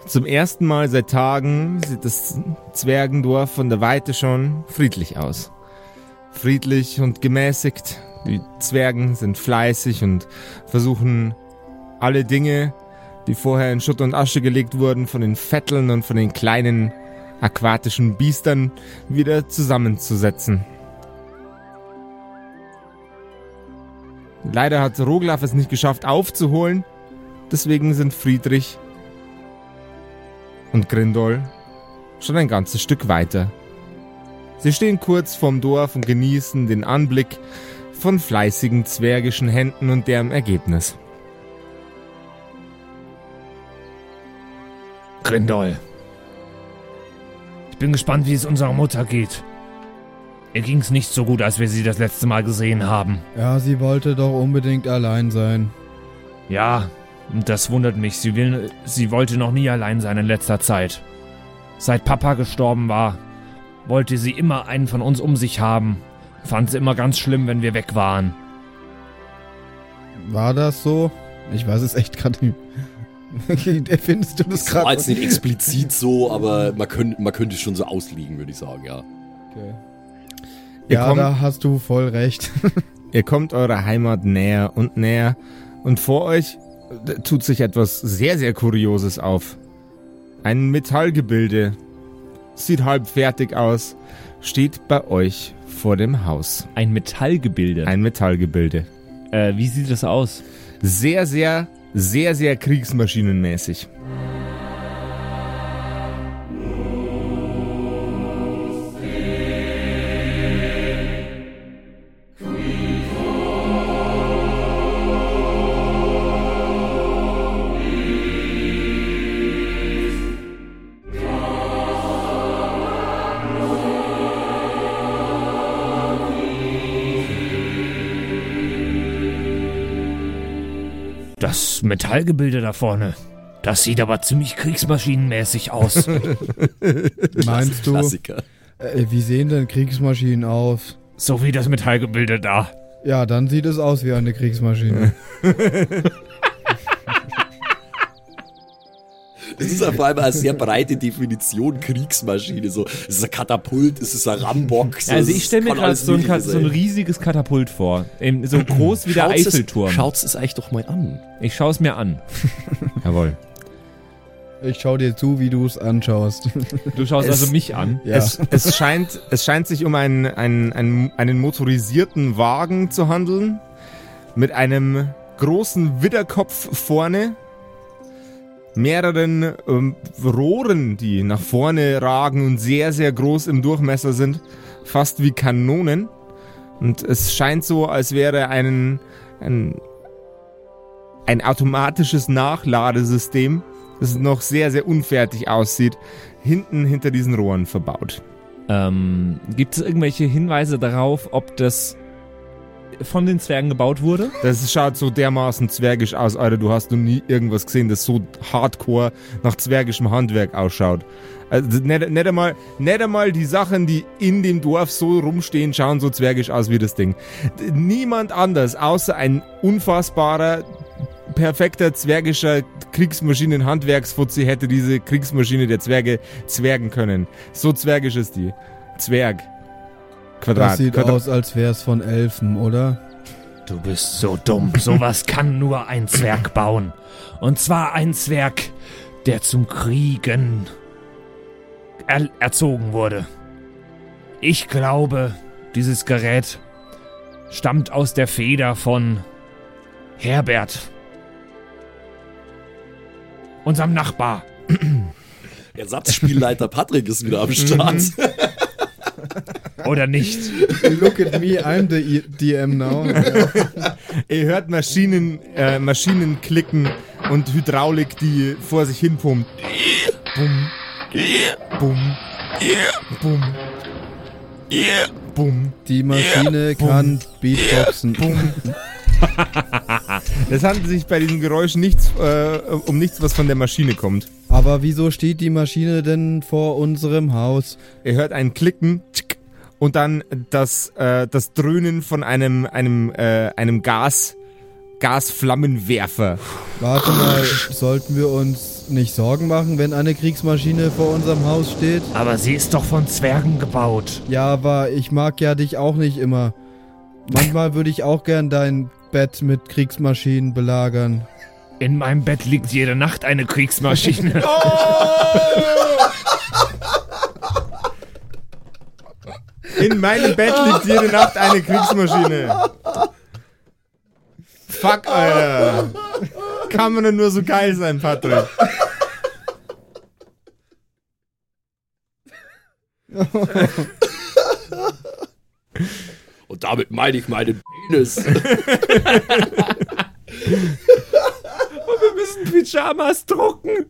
Zum ersten Mal seit Tagen sieht das Zwergendorf von der Weite schon friedlich aus. Friedlich und gemäßigt. Die Zwergen sind fleißig und versuchen alle Dinge, die vorher in Schutt und Asche gelegt wurden, von den Vetteln und von den kleinen aquatischen Biestern wieder zusammenzusetzen. Leider hat Roglaf es nicht geschafft aufzuholen, deswegen sind Friedrich und Grindol schon ein ganzes Stück weiter. Sie stehen kurz vorm Dorf und genießen den Anblick von fleißigen zwergischen Händen und deren Ergebnis. Grindol. Ich bin gespannt, wie es unserer Mutter geht. Ihr ging's nicht so gut, als wir sie das letzte Mal gesehen haben. Ja, sie wollte doch unbedingt allein sein. Ja, und das wundert mich. Sie wollte noch nie allein sein in letzter Zeit. Seit Papa gestorben war, wollte sie immer einen von uns um sich haben. Fand sie immer ganz schlimm, wenn wir weg waren. War das so? Ich weiß es echt gerade nicht. Findest du das gerade? War jetzt nicht explizit so, aber man könnte es schon so auslegen, würde ich sagen, ja. Okay. Ja, da hast du voll recht. Ihr kommt eurer Heimat näher und näher und vor euch tut sich etwas sehr, sehr Kurioses auf. Ein Metallgebilde, sieht halb fertig aus, steht bei euch vor dem Haus. Ein Metallgebilde? Ein Metallgebilde. Wie sieht das aus? Sehr, sehr, sehr, sehr kriegsmaschinenmäßig. Das Metallgebilde da vorne, das sieht aber ziemlich kriegsmaschinenmäßig aus. Meinst du? Klassiker. Wie sehen denn Kriegsmaschinen aus? So wie das Metallgebilde da. Ja, dann sieht es aus wie eine Kriegsmaschine. Das ist ja vor allem eine sehr breite Definition, Kriegsmaschine. So, es ist ein Katapult, es ist ein Rambock. So, Also ich stelle mir gerade so ein riesiges Katapult vor. So groß wie der Eiffelturm. Schaut's es euch doch mal an. Ich schaue es mir an. Jawohl. Ich schau dir zu, wie du es anschaust. Du schaust also mich an. Ja. Es scheint sich um einen motorisierten Wagen zu handeln, mit einem großen Widderkopf vorne, mehreren Rohren, die nach vorne ragen und sehr, sehr groß im Durchmesser sind, fast wie Kanonen. Und es scheint so, als wäre ein automatisches Nachladesystem, das noch sehr, sehr unfertig aussieht, hinter diesen Rohren verbaut. Gibt es irgendwelche Hinweise darauf, ob das von den Zwergen gebaut wurde? Das schaut so dermaßen zwergisch aus, Alter. Du hast noch nie irgendwas gesehen, das so hardcore nach zwergischem Handwerk ausschaut. Also nicht einmal die Sachen, die in dem Dorf so rumstehen, schauen so zwergisch aus wie das Ding. Niemand anders, außer ein unfassbarer, perfekter zwergischer Kriegsmaschinen-Handwerksfuzzi hätte diese Kriegsmaschine der Zwerge zwergen können. So zwergisch ist die. Zwerg. Das sieht aus, als wär's von Elfen, oder? Du bist so dumm. Sowas kann nur ein Zwerg bauen. Und zwar ein Zwerg, der zum Kriegen erzogen wurde. Ich glaube, dieses Gerät stammt aus der Feder von Herbert, unserem Nachbar. Ersatzspielleiter Patrick ist wieder am Start. Oder nicht? Look at me, I'm the DM now. Ihr hört Maschinen klicken und Hydraulik, die vor sich hin pumpt. Bum, bum, bum, bum. Die Maschine kann Beatboxen. Es handelt sich bei diesem Geräusch um nichts, was von der Maschine kommt. Aber wieso steht die Maschine denn vor unserem Haus? Ihr hört ein Klicken und dann das Dröhnen von einem Gasflammenwerfer. Warte mal, sollten wir uns uns nicht Sorgen machen, wenn eine Kriegsmaschine vor unserem Haus steht? Aber sie ist doch von Zwergen gebaut. Ja, aber ich mag ja dich auch nicht immer. Manchmal würde ich auch gern dein Bett mit Kriegsmaschinen belagern. In meinem Bett liegt jede Nacht eine Kriegsmaschine. In meinem Bett liegt jede Nacht eine Kriegsmaschine. Fuck, Alter. Kann man denn nur so geil sein, Patrick? Und damit meine ich meinen Penis. Wir müssen Pyjamas drucken.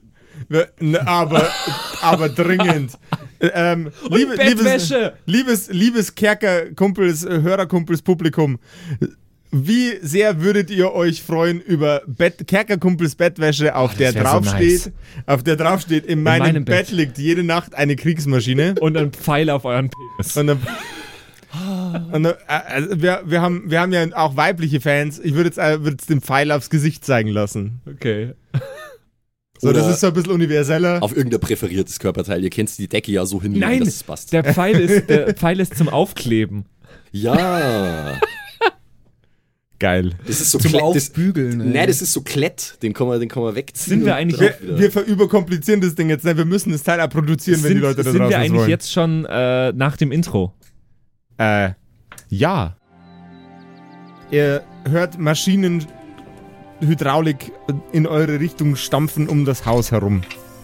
Aber dringend. Bettwäsche. Liebes Kerkerkumpels, Hörerkumpels, Publikum. Wie sehr würdet ihr euch freuen über Kerkerkumpels Bettwäsche, auf der draufsteht, in meinem Bett liegt jede Nacht eine Kriegsmaschine. Und ein Pfeil auf euren Penis. Also wir haben ja auch weibliche Fans. Ich würde jetzt den Pfeil aufs Gesicht zeigen lassen. Okay. So, das ist so ein bisschen universeller. Auf irgendein präferiertes Körperteil. Ihr kennt die Decke ja so hinlegen, Nein, dass es passt. der Pfeil ist zum Aufkleben. Ja. Geil. Das ist so Zum Aufbügeln. Nein, das ist so Klett. Den kann man wegziehen. Sind wir und eigentlich- drauf wieder. Wir verüberkomplizieren das Ding jetzt. Ne? Wir müssen das Teil auch produzieren, wenn die Leute da draußen Sind wir eigentlich wollen. jetzt schon nach dem Intro? Ja. Ihr hört Maschinenhydraulik in eure Richtung stampfen um das Haus herum.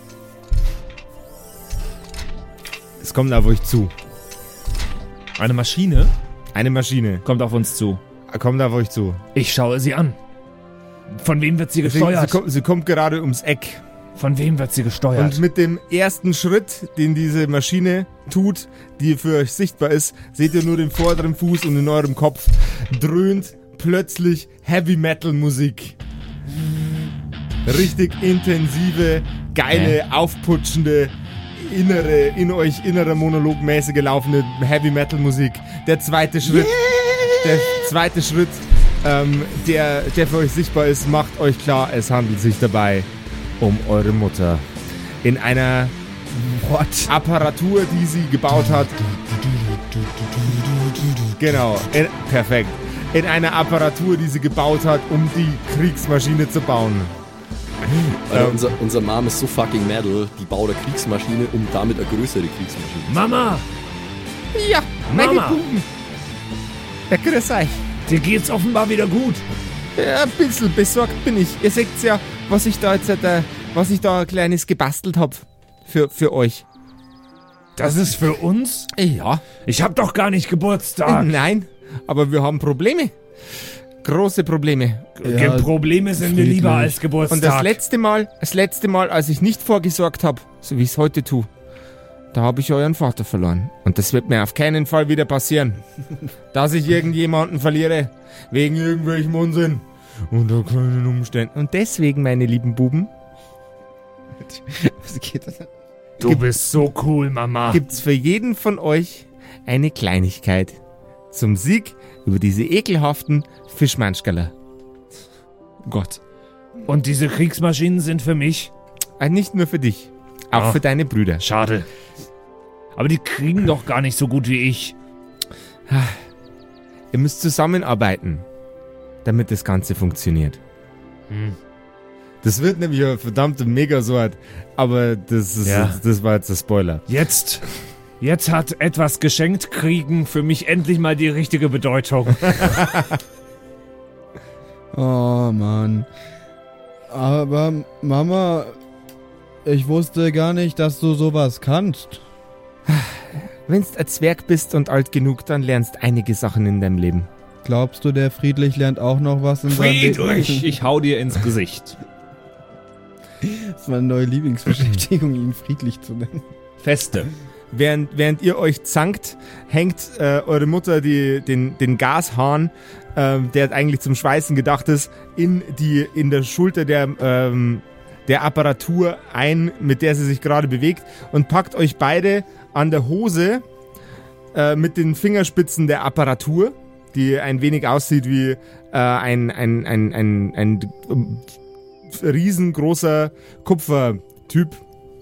Es kommt auf euch zu. Eine Maschine Eine Maschine kommt auf uns zu. kommt auf euch zu. Ich schaue sie an. Von wem wird sie gesteuert? Sie kommt gerade ums Eck. Von wem wird sie gesteuert? Und mit dem ersten Schritt, den diese Maschine tut, die für euch sichtbar ist, seht ihr nur den vorderen Fuß und in eurem Kopf dröhnt plötzlich Heavy Metal Musik. Richtig intensive, geile, aufputschende, innerer monologmäßige laufende Heavy Metal Musik. Der zweite Schritt, der für euch sichtbar ist, macht euch klar, es handelt sich dabei um eure Mutter. In einer Apparatur, die sie gebaut hat. Genau, perfekt. In einer Apparatur, die sie gebaut hat, um die Kriegsmaschine zu bauen. Alter, unser Mom ist so fucking metal, die baut eine Kriegsmaschine, um damit eine größere Kriegsmaschine zu bauen. Mama, Ja, meine Mama. Buben. Ja, grüß euch. dir geht's offenbar wieder gut. Ja, ein bisschen besorgt bin ich. Ihr seht's ja, was ich da ein kleines gebastelt hab. Für euch. Das ist für uns? Ja. Ich hab doch gar nicht Geburtstag. Nein, aber wir haben Probleme. Große Probleme. Ja, Probleme sind mir lieber als Geburtstag. Und das letzte Mal, als ich nicht vorgesorgt habe, so wie ich es heute tue, da habe ich euren Vater verloren. Und das wird mir auf keinen Fall wieder passieren. Dass ich irgendjemanden verliere, wegen irgendwelchem Unsinn. Unter keinen Umständen. Und deswegen, meine lieben Buben, Was geht das? Du bist so cool, Mama. gibt's für jeden von euch eine Kleinigkeit zum Sieg über diese ekelhaften Fischmanschkerler. Gott. Und diese Kriegsmaschinen sind für mich? Nicht nur für dich, auch Ah. für deine Brüder. Schade. Aber die kriegen doch gar nicht so gut wie ich. Ihr müsst zusammenarbeiten, damit das Ganze funktioniert. Das wird nämlich eine verdammte Megasort, aber das war jetzt der Spoiler. Jetzt hat etwas geschenkt kriegen für mich endlich mal die richtige Bedeutung. Oh Mann. Aber Mama, ich wusste gar nicht, dass du sowas kannst. Wenn du ein Zwerg bist und alt genug, dann lernst einige Sachen in deinem Leben. Glaubst du, der Friedrich lernt auch noch was in seinem Leben? Friedrich, ich hau dir ins Gesicht. Das ist meine neue Lieblingsbeschäftigung, ihn friedlich zu nennen. Feste. Während ihr euch zankt, hängt eure Mutter den Gashahn, der eigentlich zum Schweißen gedacht ist, in der Schulter der Apparatur ein, mit der sie sich gerade bewegt, und packt euch beide an der Hose mit den Fingerspitzen der Apparatur, die ein wenig aussieht wie ein riesengroßer Kupfertyp.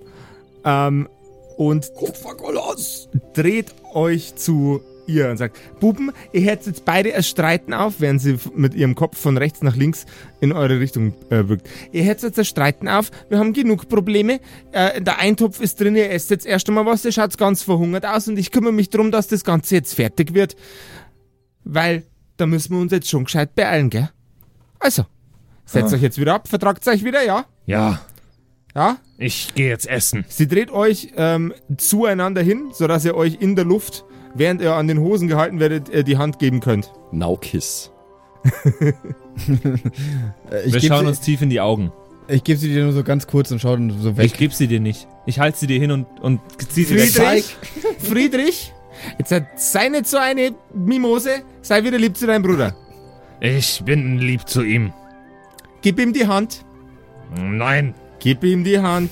Und Kupferkoloss. dreht euch zu ihr und sagt, Buben, ihr hättet jetzt beide ein Streiten auf, während sie mit ihrem Kopf von rechts nach links in eure Richtung wirkt. Ihr hättet jetzt ein Streiten auf, wir haben genug Probleme, der Eintopf ist drin, ihr esst jetzt erst einmal was, ihr schaut ganz verhungert aus und ich kümmere mich darum, dass das Ganze jetzt fertig wird, weil da müssen wir uns jetzt schon gescheit beeilen, gell? Also, setzt euch jetzt wieder ab, vertragt euch wieder, ja? Ja, Ja? ich gehe jetzt essen. Sie dreht euch zueinander hin, sodass ihr euch in der Luft, während ihr an den Hosen gehalten werdet, die Hand geben könnt. Now kiss. Wir schauen uns tief in die Augen. Ich gebe sie dir nur so ganz kurz und schau dann so weg. Ich geb sie dir nicht. Ich halte sie dir hin und zieh sie weg. Friedrich, jetzt sei nicht so eine Mimose, sei wieder lieb zu deinem Bruder. Ich bin lieb zu ihm. Gib ihm die Hand. Nein, Gib ihm die Hand.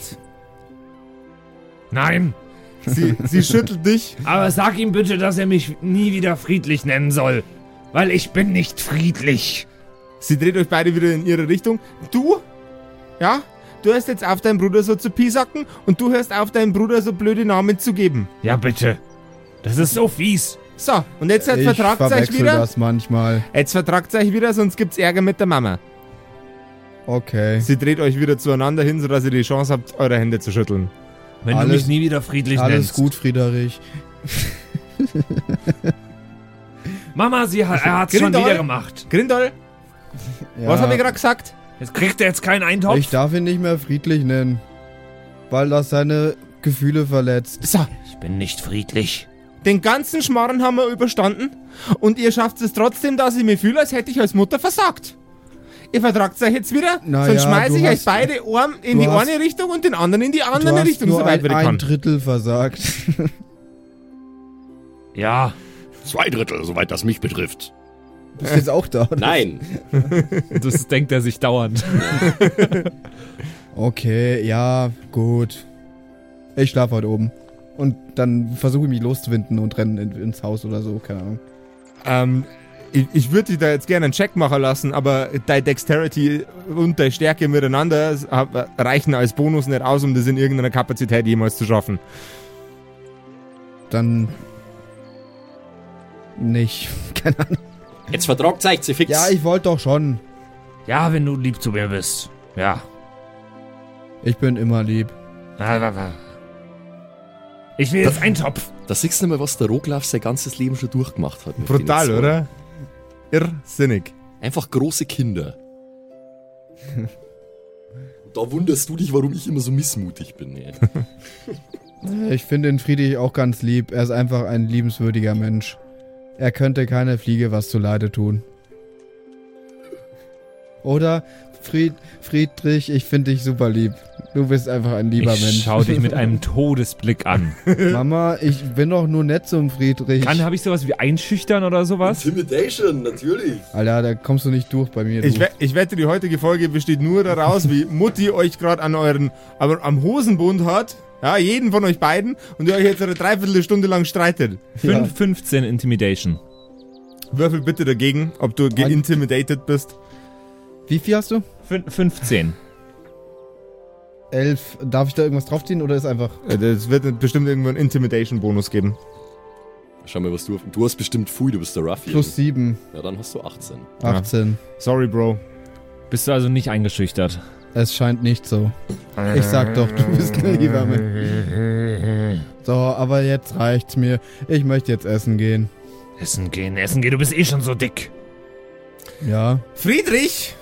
nein. Sie schüttelt dich. Aber sag ihm bitte, dass er mich nie wieder friedlich nennen soll. Weil ich bin nicht friedlich. Sie dreht euch beide wieder in ihre Richtung. Du, ja, du hörst jetzt auf, deinen Bruder so zu piesacken und du hörst auf, deinem Bruder so blöde Namen zu geben. Ja, bitte. Das ist so fies. So, und jetzt Ich vertragt euch verwechsel wieder. das manchmal. Jetzt vertragt euch wieder, sonst gibt's Ärger mit der Mama. Okay. Sie dreht euch wieder zueinander hin, sodass ihr die Chance habt, eure Hände zu schütteln. Wenn du mich nie wieder friedlich Alles nennst. gut, Friederich. Mama, er hat's schon Grindol. wieder gemacht. Grindol, Ja, was habe ich gerade gesagt? Jetzt kriegt er jetzt keinen Eintopf. ich darf ihn nicht mehr friedlich nennen. Weil das seine Gefühle verletzt. So, Ich bin nicht friedlich. den ganzen Schmarrn haben wir überstanden und ihr schafft es trotzdem, dass ich mich fühle, als hätte ich als Mutter versagt. Ihr vertragt euch jetzt wieder, Na sonst ja, schmeiße du ich euch hast- beide Arm in du die hast- eine Richtung und den anderen in die Du andere hast Richtung, nur soweit wir ein kann. Drittel versagt. Ja, 2/3, soweit das mich betrifft. Bist du jetzt auch da? oder? Nein. Das denkt er sich dauernd. Okay, ja, gut. Ich schlafe heute oben. Und dann versuche ich mich loszuwinden und renne ins Haus oder so, keine Ahnung. Ich würde dich da jetzt gerne einen Check machen lassen, aber deine Dexterity und deine Stärke miteinander reichen als Bonus nicht aus, um das in irgendeiner Kapazität jemals zu schaffen. Dann nicht. Keine Ahnung. Jetzt vertragt euch sie fix. Ja, ich wollte doch schon. ja, wenn du lieb zu mir bist. Ja. Ich bin immer lieb. Ich will jetzt einen Topf. Da siehst du mal, was der Roglaf sein ganzes Leben schon durchgemacht hat. mit Brutal, denen zwei. oder? Irrsinnig. Einfach große Kinder. Da wunderst du dich, warum ich immer so missmutig bin. Ey. Ich finde den Friedrich auch ganz lieb. Er ist einfach ein liebenswürdiger Mensch. Er könnte keine Fliege was zuleide tun. Oder Friedrich, ich finde dich super lieb. Du bist einfach ein lieber Ich Mensch. schau dich mit einem Todesblick an. Mama, ich bin doch nur nett zum Friedrich. Habe ich sowas wie einschüchtern oder sowas? Intimidation, natürlich. Alter, da kommst du nicht durch bei mir. Ich wette, die heutige Folge besteht nur daraus, wie Mutti euch gerade am Hosenbund hat. Ja, jeden von euch beiden. Und ihr euch jetzt eine Dreiviertelstunde lang streitet. 15 Intimidation. Würfel bitte dagegen, ob du geintimidated bist. Wie viel hast du? 15. 11. Darf ich da irgendwas draufziehen oder ist einfach... Das wird bestimmt irgendwo einen Intimidation-Bonus geben. Schau mal, was du... Du hast bestimmt Fui, du bist der Ruffian. Plus 7. Ja, dann hast du 18. 18. Sorry, Bro. Bist du also nicht eingeschüchtert? Es scheint nicht so. Ich sag doch, du bist ein lieber Mensch. So, aber jetzt reicht's mir. Ich möchte jetzt essen gehen. Essen gehen, du bist eh schon so dick. Ja. Friedrich!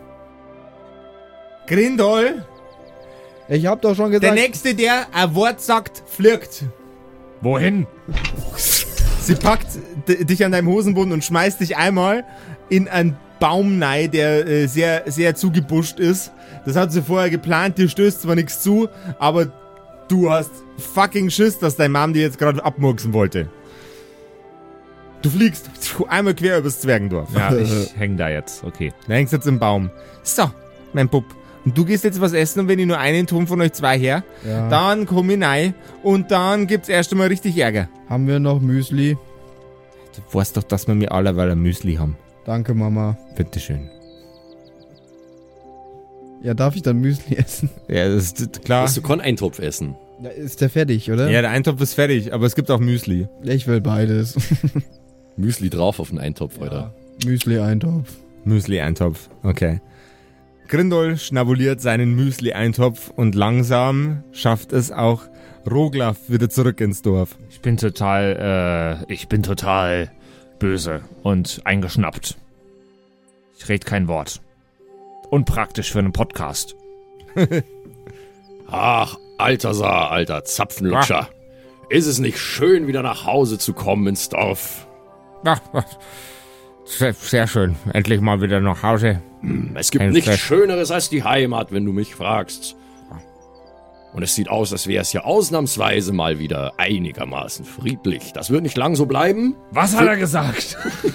Grindol! Ich hab doch schon Der gesagt... Nächste, der ein Wort sagt, flirgt. Wohin? Sie packt dich an deinem Hosenbund und schmeißt dich einmal in einen Baum rein, der sehr, sehr zugebuscht ist. Das hat sie vorher geplant, dir stößt zwar nichts zu, aber du hast fucking Schiss, dass dein Mom dir jetzt gerade abmurksen wollte. Du fliegst einmal quer übers Zwergendorf. Ja, ich häng da jetzt. Okay. Da hängst jetzt im Baum. So, mein Bub. Und du gehst jetzt was essen und wenn ich nur einen Ton von euch zwei her, Ja. dann komm ich rein und dann gibt's erst einmal richtig Ärger. Haben wir noch Müsli? Du weißt doch, dass wir mir allerweil ein Müsli haben. Danke, Mama. Bitteschön. Ja, darf ich dann Müsli essen? Ja, das ist klar. Musst du Korneintopf essen. Ja, ist der fertig, oder? Ja, der Eintopf ist fertig, aber es gibt auch Müsli. Ich will beides. Müsli drauf auf den Eintopf, Alter. Müsli-Eintopf. Müsli-Eintopf, okay. Grindol schnabuliert seinen Müsli-Eintopf und langsam schafft es auch Roglaf wieder zurück ins Dorf. Ich bin total böse und eingeschnappt. Ich rede kein Wort. Unpraktisch für einen Podcast. Ach, Altersar, alter Zapfenlutscher. Ist es nicht schön, wieder nach Hause zu kommen ins Dorf? Ach, sehr schön. Endlich mal wieder nach Hause. Es gibt Ein nichts Fest. Schöneres als die Heimat, wenn du mich fragst. Und es sieht aus, als wäre es hier ausnahmsweise mal wieder einigermaßen friedlich. Das wird nicht lang so bleiben. Was hat er gesagt?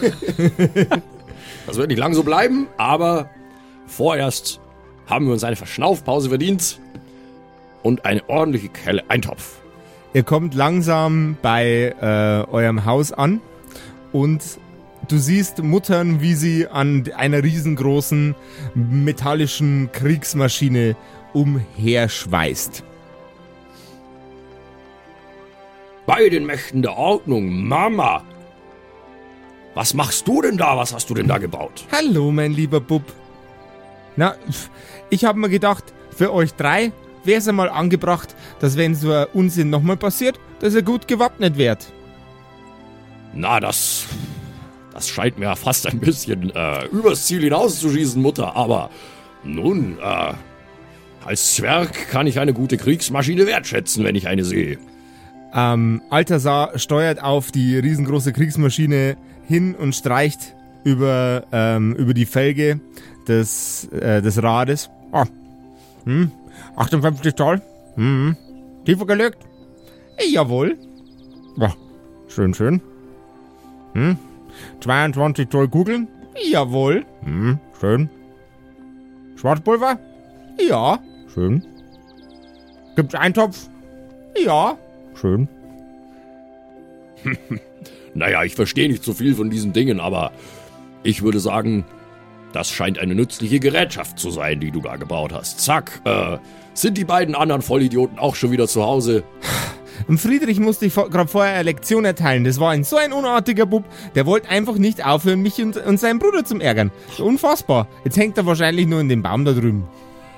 Das wird nicht lang so bleiben, aber vorerst haben wir uns eine Verschnaufpause verdient und eine ordentliche Kelle Eintopf. Ihr kommt langsam bei eurem Haus an und du siehst Muttern, wie sie an einer riesengroßen metallischen Kriegsmaschine umherschweißt. Bei den Mächten der Ordnung, Mama! Was machst du denn da? Was hast du denn da gebaut? Hallo, mein lieber Bub. Na, ich habe mir gedacht, für euch drei wäre es einmal angebracht, dass wenn so ein Unsinn nochmal passiert, dass ihr gut gewappnet werdet. Na, das scheint mir fast ein bisschen übers Ziel hinauszuschießen, Mutter. Aber nun, als Zwerg kann ich eine gute Kriegsmaschine wertschätzen, wenn ich eine sehe. Altersar steuert auf die riesengroße Kriegsmaschine hin und streicht über die Felge des Rades. 58 Zoll. Tiefer gelegt. Jawohl. Ja, schön. 22 Zoll Kugeln. Jawohl. Schön. Schwarzpulver. Ja, schön. Gibt's Eintopf? Ja, schön. Naja, ich verstehe nicht so viel von diesen Dingen, aber ich würde sagen, das scheint eine nützliche Gerätschaft zu sein, die du da gebaut hast. Zack, sind die beiden anderen Vollidioten auch schon wieder zu Hause? Und Friedrich musste ich gerade vorher eine Lektion erteilen. Das war so ein unartiger Bub. Der wollte einfach nicht aufhören, mich und seinen Bruder zu ärgern. Unfassbar. Jetzt hängt er wahrscheinlich nur in dem Baum da drüben.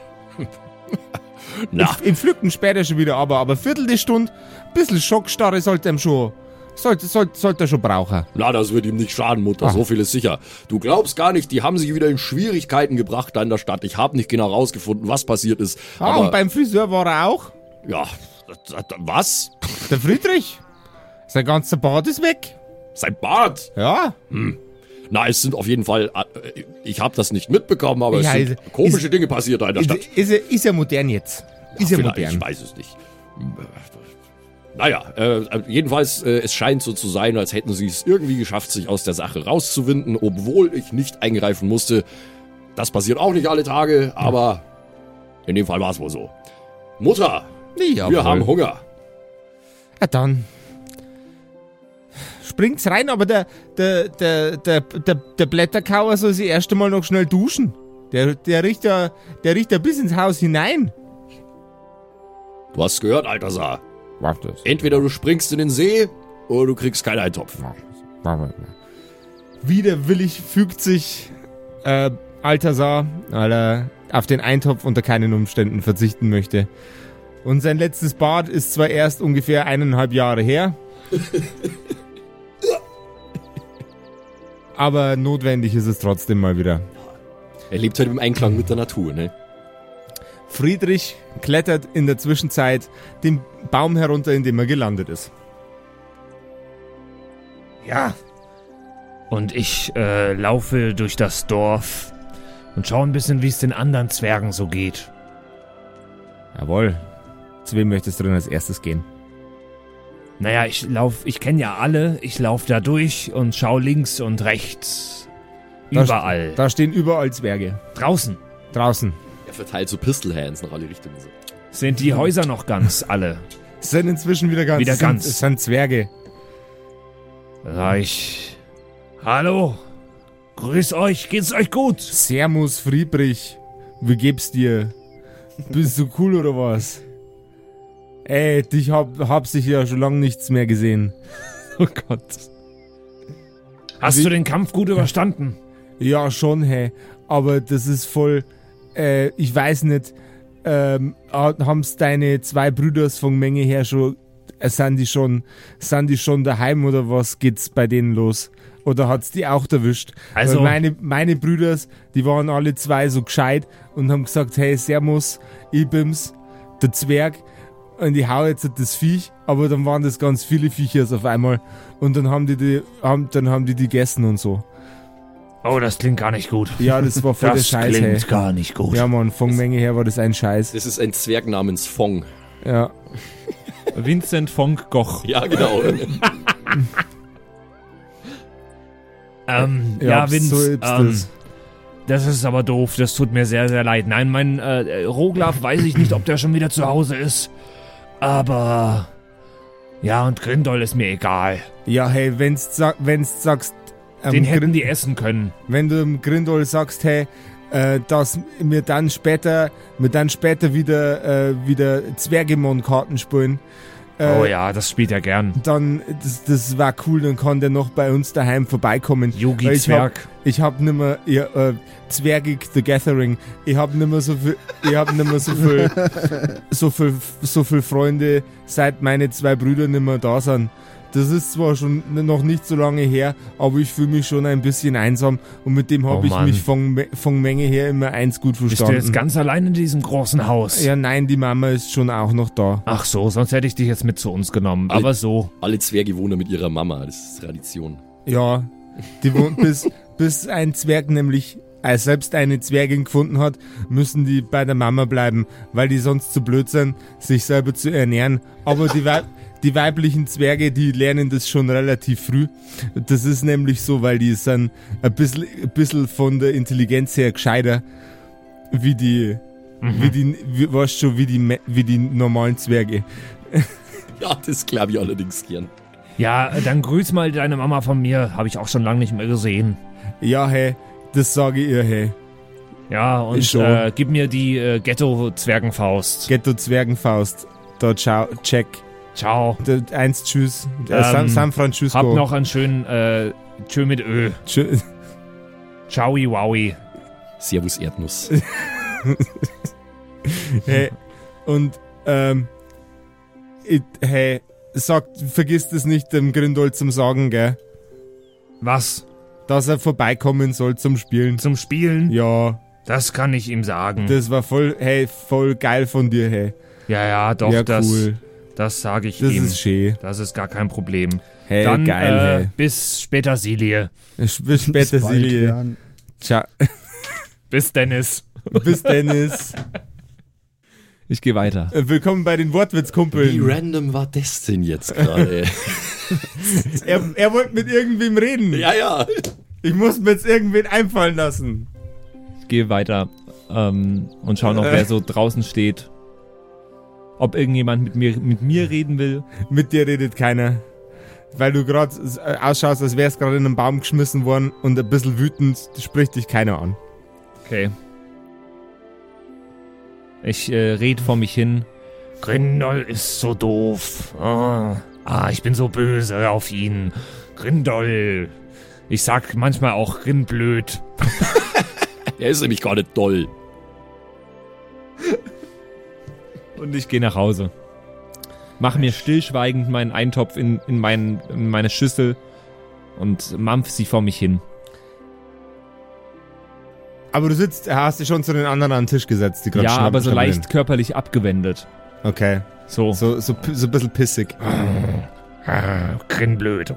Na, Im Pflücken später schon wieder, aber Viertelstunde, bisschen Schockstarre sollte er schon brauchen. na, das wird ihm nicht schaden, Mutter, Ah. so viel ist sicher. Du glaubst gar nicht, die haben sich wieder in Schwierigkeiten gebracht da in der Stadt. Ich habe nicht genau rausgefunden, was passiert ist. Ah, Aber, und beim Friseur war er auch. ja, was? Der Friedrich. Sein ganzer Bart ist weg. Sein Bart? Ja. Na, es sind auf jeden Fall, ich habe das nicht mitbekommen, aber Ja, es sind komische Dinge passiert da in der Stadt. Ist er modern jetzt? Ist er Vielleicht, modern? ich weiß es nicht. Naja, jedenfalls, es scheint so zu sein, als hätten sie es irgendwie geschafft, sich aus der Sache rauszuwinden, obwohl ich nicht eingreifen musste. Das passiert auch nicht alle Tage, aber in dem Fall war es wohl so. Mutter, Ja, wir haben Hunger. Ja, dann springt's rein, aber der Blätterkauer soll sich erst einmal noch schnell duschen. Der riecht ja bis ins Haus hinein. Du hast gehört, Altersar. Was das? Entweder du springst in den See oder du kriegst keinen Eintopf. Widerwillig fügt sich Altersar, weil er auf den Eintopf unter keinen Umständen verzichten möchte. Und sein letztes Bad ist zwar erst ungefähr 1,5 Jahre her, aber notwendig ist es trotzdem mal wieder. Er lebt halt im Einklang mit der Natur, ne? Friedrich klettert in der Zwischenzeit den Baum herunter, in dem er gelandet ist. Ja. Und ich laufe durch das Dorf und schaue ein bisschen, wie es den anderen Zwergen so geht. Jawohl. Zu wem möchtest du denn als erstes gehen? Naja, ich kenne ja alle. Ich laufe da durch und schaue links und rechts. Überall. Da stehen überall Zwerge. Draußen Draußen. Er verteilt so Pistol Hands nach alle Richtungen. So. sind die Häuser noch ganz alle. Es sind inzwischen wieder ganz. Es sind Zwerge. Da sag ich, hallo, grüß euch, geht's euch gut? Servus, Friedrich. Wie geht's dir? Bist du cool oder was? Ey, dich hab sich ja schon lange nichts mehr gesehen. Oh Gott. Hast du den Kampf gut überstanden? Ja, schon, hey. Aber das ist voll, ich weiß nicht, haben's deine 2 Brüder von Menge her schon, sind die schon daheim oder was geht's bei denen los? Oder hat's die auch erwischt? Also- Weil meine Brüder, die waren alle 2 so gescheit und haben gesagt, hey, Servus, ich bin's, der Zwerg, und ich hau jetzt das Viech, aber dann waren das ganz viele Viecher auf einmal und dann haben die gegessen und so. Oh, das klingt gar nicht gut. Ja, das war voll der Das Scheiß, klingt hey. gar nicht gut. Ja, Mann, von Menge her war das ein Scheiß. Das ist ein Zwerg namens Fong. Ja. Vincent von Gogh. Ja, genau. Ja, Vince, so ist das. das ist aber doof, das tut mir sehr, sehr leid. Nein, mein Roglaf weiß ich nicht, ob der schon wieder zu Hause ist. Aber ja, und Grindol ist mir egal. Ja, hey, wenn's sagst, Den hätten die essen können. wenn du im Grindol sagst, hey, dass wir dann später wieder Zwergemon-Karten spielen, Oh ja, das spielt er gern. dann, das war cool, dann kann der noch bei uns daheim vorbeikommen. Weil Yugi-Zwerg. Ich hab nimmer, Zwergig the Gathering, ich hab nimmer so viel Freunde, seit meine 2 Brüder nimmer da sind. Das ist zwar schon noch nicht so lange her, aber ich fühle mich schon ein bisschen einsam und mit dem habe Oh ich Mann. mich von Menge her immer eins gut Bist du verstanden. jetzt ganz allein in diesem großen Haus? Ja, nein, die Mama ist schon auch noch da. Ach so, sonst hätte ich dich jetzt mit zu uns genommen. Alle- Aber so. Alle Zwerge wohnen mit ihrer Mama, das ist Tradition. Ja, die wohnt bis ein Zwerg nämlich selbst eine Zwergin gefunden hat, müssen die bei der Mama bleiben, weil die sonst zu blöd sind, sich selber zu ernähren. Aber die weiblichen Zwerge, die lernen das schon relativ früh. Das ist nämlich so, weil die sind ein bisschen von der Intelligenz her gescheiter wie die normalen Zwerge. Ja, das glaube ich allerdings gern. Ja, dann grüß mal deine Mama von mir. Habe ich auch schon lange nicht mehr gesehen. Ja, hey, das sage ich ihr, hey. Ja, und Ist schon. gib mir die Ghetto-Zwergenfaust. Ghetto-Zwergenfaust. Da, ciao, check. Ciao. 1, tschüss. San Francisco. Hab noch einen schönen Tschö mit Ö. Ciao, wowi. Servus Erdnuss. Hey, und, hey, vergiss das nicht dem Grindol zum Sagen, gell? Was? Dass er vorbeikommen soll zum Spielen. Zum Spielen? Ja, Das kann ich ihm sagen. das war voll geil von dir, hey. Ja, doch, Ja, das, cool. das sage ich Das ihm. ist schön. Das ist gar kein Problem. Hey, Dann geil, bis später, Silie. hey. Bis später, Bald Silje. werden. Ciao. Bis Dennis. Bis Dennis. Ich gehe weiter. Willkommen bei den Wie Wortwitzkumpeln. random war das denn jetzt gerade? Er wollte mit irgendwem reden. Ja. Ich muss mir jetzt irgendwen einfallen lassen. Ich gehe weiter und schaue noch, wer so draußen steht. Ob irgendjemand mit mir reden will. Mit dir redet keiner. Weil du gerade ausschaust, als wärst gerade in einen Baum geschmissen worden und ein bisschen wütend spricht dich keiner an. Okay. Ich red vor mich hin. Grindol ist so doof. Ich bin so böse auf ihn. Grindol. Ich sag manchmal auch Grindblöd. Er ist nämlich gar nicht doll. Und ich gehe nach Hause. Mache mir stillschweigend meinen Eintopf in meine Schüssel und mampf sie vor mich hin. Aber du hast dich schon zu den anderen an den Tisch gesetzt, die gerade Ja, aber so schnabbeln. leicht körperlich abgewendet. Okay. So. So ein bisschen pissig. Grindblöd.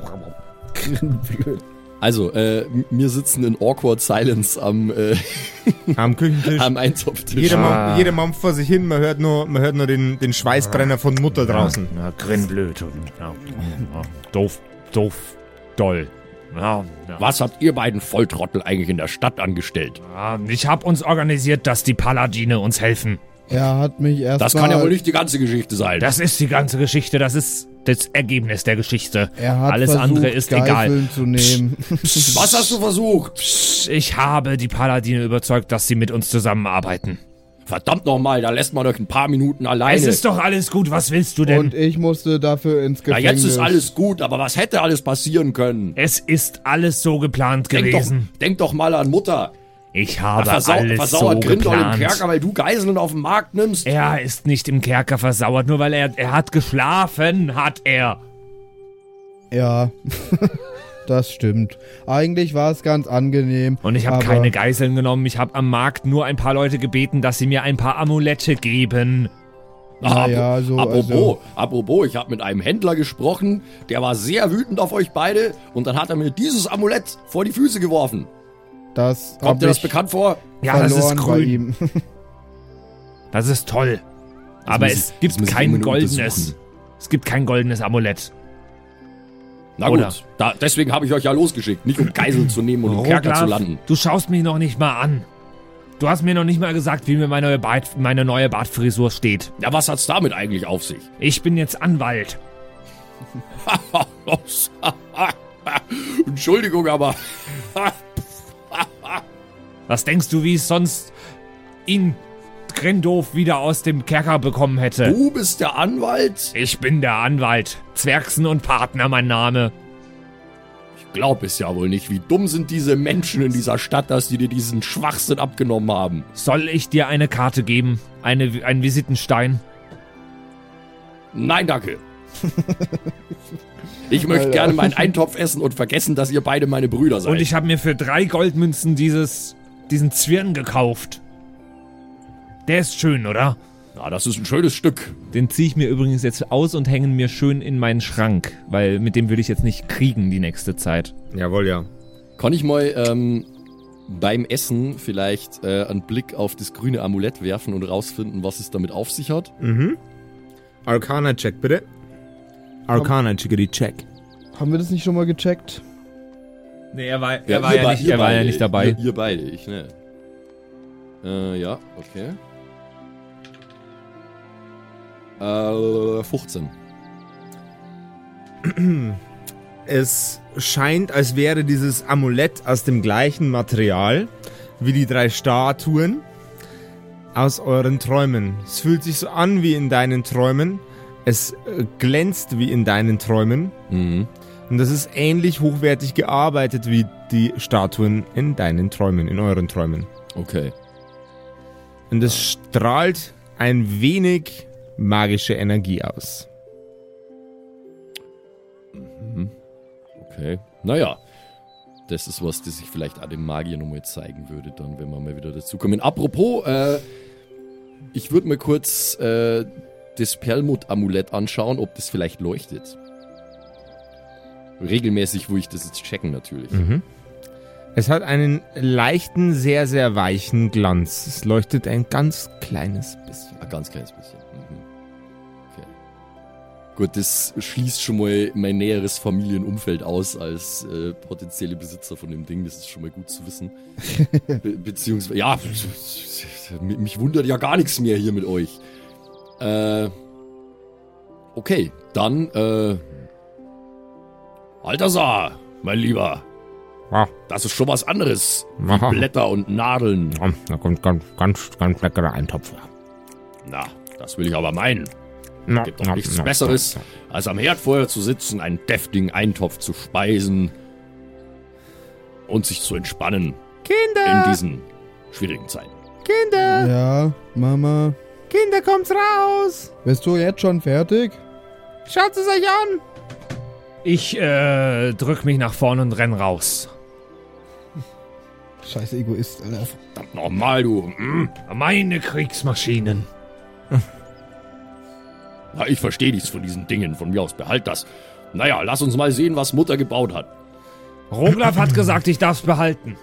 Also, wir sitzen in awkward silence am Am Küchentisch. Eintopftisch. Jeder mampft vor sich hin, man hört nur den Schweißbrenner von Mutter draußen. Ja, Grindblöd. Ja. Doof. Doll. Ja. Was habt ihr beiden Volltrottel eigentlich in der Stadt angestellt? Ich hab uns organisiert, dass die Paladine uns helfen. Er hat mich erstmal... Das kann ja wohl nicht die ganze Geschichte sein. Das ist die ganze Geschichte, das ist das Ergebnis der Geschichte. Er hat Alles versucht, andere ist egal. Geiseln zu nehmen. Was hast du versucht? Ich habe die Paladine überzeugt, dass sie mit uns zusammenarbeiten. Verdammt nochmal, da lässt man euch ein paar Minuten alleine. Es ist doch alles gut, was willst du denn? Und ich musste dafür ins Na, Gefängnis. jetzt ist alles gut, aber was hätte alles passieren können? Es ist alles so geplant gewesen. Denk doch mal an Mutter. Ich habe alles so Versauert Grindel im geplant. Kerker, weil du Geiseln auf dem Markt nimmst. Er ist nicht im Kerker versauert, nur weil er hat geschlafen, hat er. Ja, das stimmt. Eigentlich war es ganz angenehm. Und ich habe aber keine Geiseln genommen. Ich habe am Markt nur ein paar Leute gebeten, dass sie mir ein paar Amulette geben. Naja, so... Apropos, ich habe mit einem Händler gesprochen, der war sehr wütend auf euch beide und dann hat er mir dieses Amulett vor die Füße geworfen. das Kommt dir das bekannt vor? Ja, das ist verloren bei grün. ihm. Das ist toll. Aber muss es ich- gibt das muss ich kein unbedingt goldenes. untersuchen. Es gibt kein goldenes Amulett. Na Oder? gut, deswegen habe ich euch ja losgeschickt, nicht um Geiseln zu nehmen und im Kerker Roglaf, zu landen. du schaust mich noch nicht mal an. Du hast mir noch nicht mal gesagt, wie mir meine neue Bartfrisur steht. Ja, was hat's damit eigentlich auf sich? Ich bin jetzt Anwalt. Entschuldigung, aber Was denkst du, wie ich sonst ihn Grindhof wieder aus dem Kerker bekommen hätte? du bist der Anwalt? Ich bin der Anwalt. Zwergsen und Partner, mein Name. Ich glaube es ja wohl nicht. Wie dumm sind diese Menschen in dieser Stadt, dass die dir diesen Schwachsinn abgenommen haben? Soll ich dir eine Karte geben? Einen Visitenstein? Nein, danke. Ich möchte gerne meinen Eintopf essen und vergessen, dass ihr beide meine Brüder seid. Und ich habe mir für 3 Goldmünzen diesen Zwirn gekauft. Der ist schön, oder? Na, das ist ein schönes Stück. Den ziehe ich mir übrigens jetzt aus und hänge mir schön in meinen Schrank, weil mit dem würde ich jetzt nicht kriegen die nächste Zeit. Jawohl, ja. Kann ich mal beim Essen vielleicht einen Blick auf das grüne Amulett werfen und rausfinden, was es damit auf sich hat? Arcana-Check, bitte. Arcana-Checkity-Check. Haben wir das nicht schon mal gecheckt? Nee, er war ihr ja nicht dabei. Ihr beide, ich ne. Ja, okay. 15. Es scheint, als wäre dieses Amulett aus dem gleichen Material wie die 3 Statuen aus euren Träumen. Es fühlt sich so an wie in deinen Träumen. Es glänzt wie in deinen Träumen. Mhm. Und das ist ähnlich hochwertig gearbeitet wie die Statuen in deinen Träumen, in euren Träumen. Okay. Und es strahlt ein wenig magische Energie aus. Okay. Naja. Das ist was, das ich vielleicht auch dem Magier nochmal zeigen würde, dann, wenn wir mal wieder dazu kommen. Apropos, ich würde mir kurz das Perlmutt-Amulett anschauen, ob das vielleicht leuchtet. Regelmäßig, wo ich das jetzt checken, natürlich. Es hat einen leichten, sehr, sehr weichen Glanz. Es leuchtet ein ganz kleines bisschen. Ein ganz kleines bisschen. Mhm. Okay. Gut, das schließt schon mal mein näheres Familienumfeld aus als potenzielle Besitzer von dem Ding. Das ist schon mal gut zu wissen. Beziehungsweise, ja, mich wundert ja gar nichts mehr hier mit euch. Okay, dann, Balthasar, mein Lieber. Ja. Das ist schon was anderes. Aha. Wie Blätter und Nadeln. Da kommt ganz leckerer Eintopf. Na, das will ich aber meinen. Na, Gibt doch nichts Besseres, als am Herdfeuer zu sitzen, einen deftigen Eintopf zu speisen und sich zu entspannen Kinder! in diesen schwierigen Zeiten. Kinder! Ja, Mama. Kinder, kommt's raus! Bist du jetzt schon fertig? Schaut es euch an! Ich drück mich nach vorne und renn raus. Scheiß Egoist, Alter. Verdammt nochmal, du. Meine Kriegsmaschinen. Na, ich verstehe nichts von diesen Dingen. Von mir aus, behalt das. Naja, lass uns mal sehen, was Mutter gebaut hat. Roglaf hat gesagt, ich darf's behalten.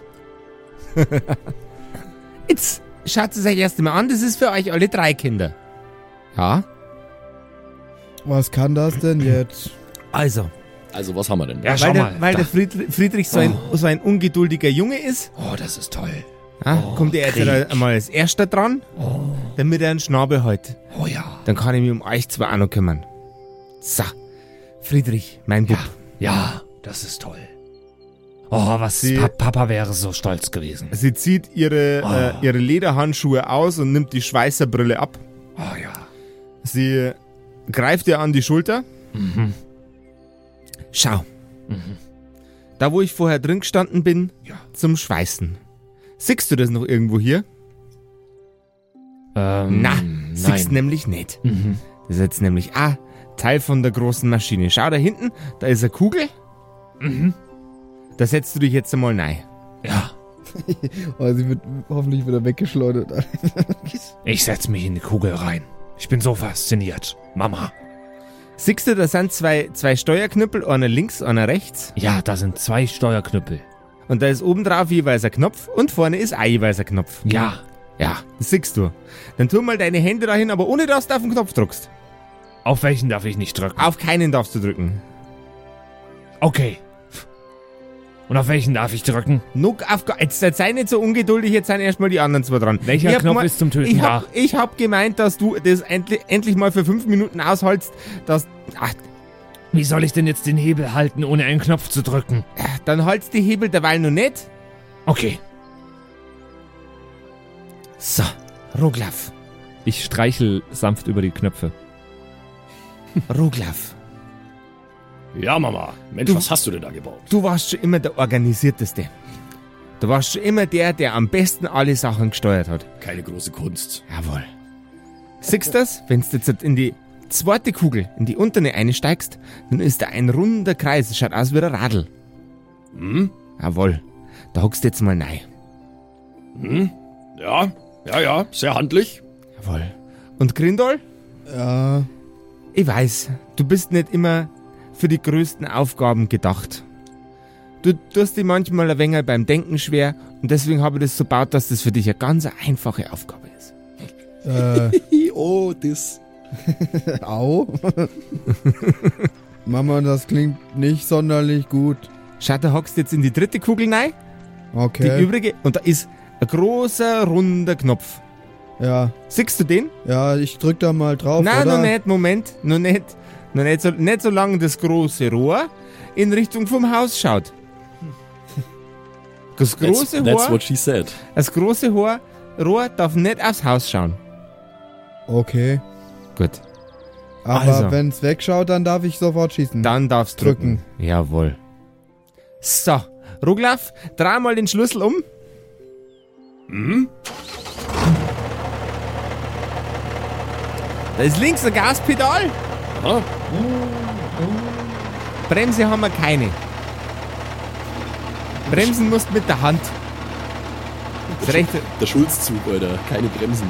Jetzt schaut es euch erst mal an, das ist für euch alle 3 Kinder. Ja? Was kann das denn jetzt? Also, Also, was haben wir denn? Ja, schau mal. weil der Friedrich so ein ungeduldiger Junge ist, Oh, das ist toll. ja, kommt er jetzt einmal als Erster dran. damit er einen Schnabel hat. Oh ja. Dann kann ich mich um euch zwei auch noch kümmern. So, Friedrich, mein Bub. Ja, das ist toll. Oh, Papa wäre so stolz gewesen. Sie zieht ihre Lederhandschuhe aus und nimmt die Schweißerbrille ab. Oh ja. Sie greift ihr an die Schulter. Mhm. Schau. Da, wo ich vorher drin gestanden bin, Ja. zum Schweißen. Siehst du das noch irgendwo hier? Na, siehst nein. nämlich nicht. Mhm. Das ist jetzt nämlich Teil von der großen Maschine. Schau da hinten, da ist eine Kugel. Mhm. Da setzt du dich jetzt einmal rein. Ja. Oh, sie wird hoffentlich wieder weggeschleudert. Ich setz mich in die Kugel rein. Ich bin so fasziniert. Mama. Siehst du, da sind zwei Steuerknüppel, einer links, einer rechts. Ja, da sind 2 Steuerknüppel. Und da ist oben drauf jeweils ein Knopf und vorne ist auch jeweils ein Knopf. Ja. Ja, das siehst du. Dann tu mal deine Hände dahin, aber ohne dass du auf den Knopf drückst. Auf welchen darf ich nicht drücken? Auf keinen darfst du drücken. Okay. Und auf welchen darf ich drücken? Jetzt sei nicht so ungeduldig, jetzt sind erstmal die anderen zwei dran. Welcher Ich hab Knopf ist zum Töten da? Ich hab gemeint, dass du das endlich mal für 5 Minuten ausholst, dass... Wie soll ich denn jetzt den Hebel halten, ohne einen Knopf zu drücken? Dann haltst die Hebel derweil noch nicht. Okay. So, Roglaf. Ich streichel sanft über die Knöpfe. Roglaf. Ja, Mama. Mensch, was hast du denn da gebaut? Du warst schon immer der Organisierteste. Du warst schon immer der am besten alle Sachen gesteuert hat. Keine große Kunst. Jawohl. Siehst du das? Wenn du jetzt in die zweite Kugel, in die untere einsteigst, dann ist da ein runder Kreis. Das schaut aus wie ein Radl. Hm? Jawohl. Da hockst du jetzt mal rein. Hm? Ja, sehr handlich. Jawohl. Und Grindol? Ja, Ich weiß, du bist nicht immer für die größten Aufgaben gedacht. Du tust dich manchmal ein wenig beim Denken schwer und deswegen habe ich das so gebaut, dass das für dich eine ganz einfache Aufgabe ist. Oh, das. Au. Mama, das klingt nicht sonderlich gut. Schau, da hockst jetzt in die dritte Kugel rein, die Okay. übrige, und da ist ein großer, runder Knopf. Ja, Siehst du den? ja, ich drück da mal drauf, Nein, oder? noch nicht, Moment, noch nicht. Nicht so lange das große Rohr in Richtung vom Haus schaut. Das große That's Rohr, what she said. das große Rohr darf nicht aufs Haus schauen. Okay. Gut, Aber Also. wenn's wegschaut, dann darf ich sofort schießen. dann darfst du drücken. Jawohl. So, Roglaf, dreh mal den Schlüssel um. Da ist links ein Gaspedal. Aha. Bremse haben wir keine. Bremsen musst du mit der Hand. Das rechte. Der Schulzzug, Alter. Keine Bremsen.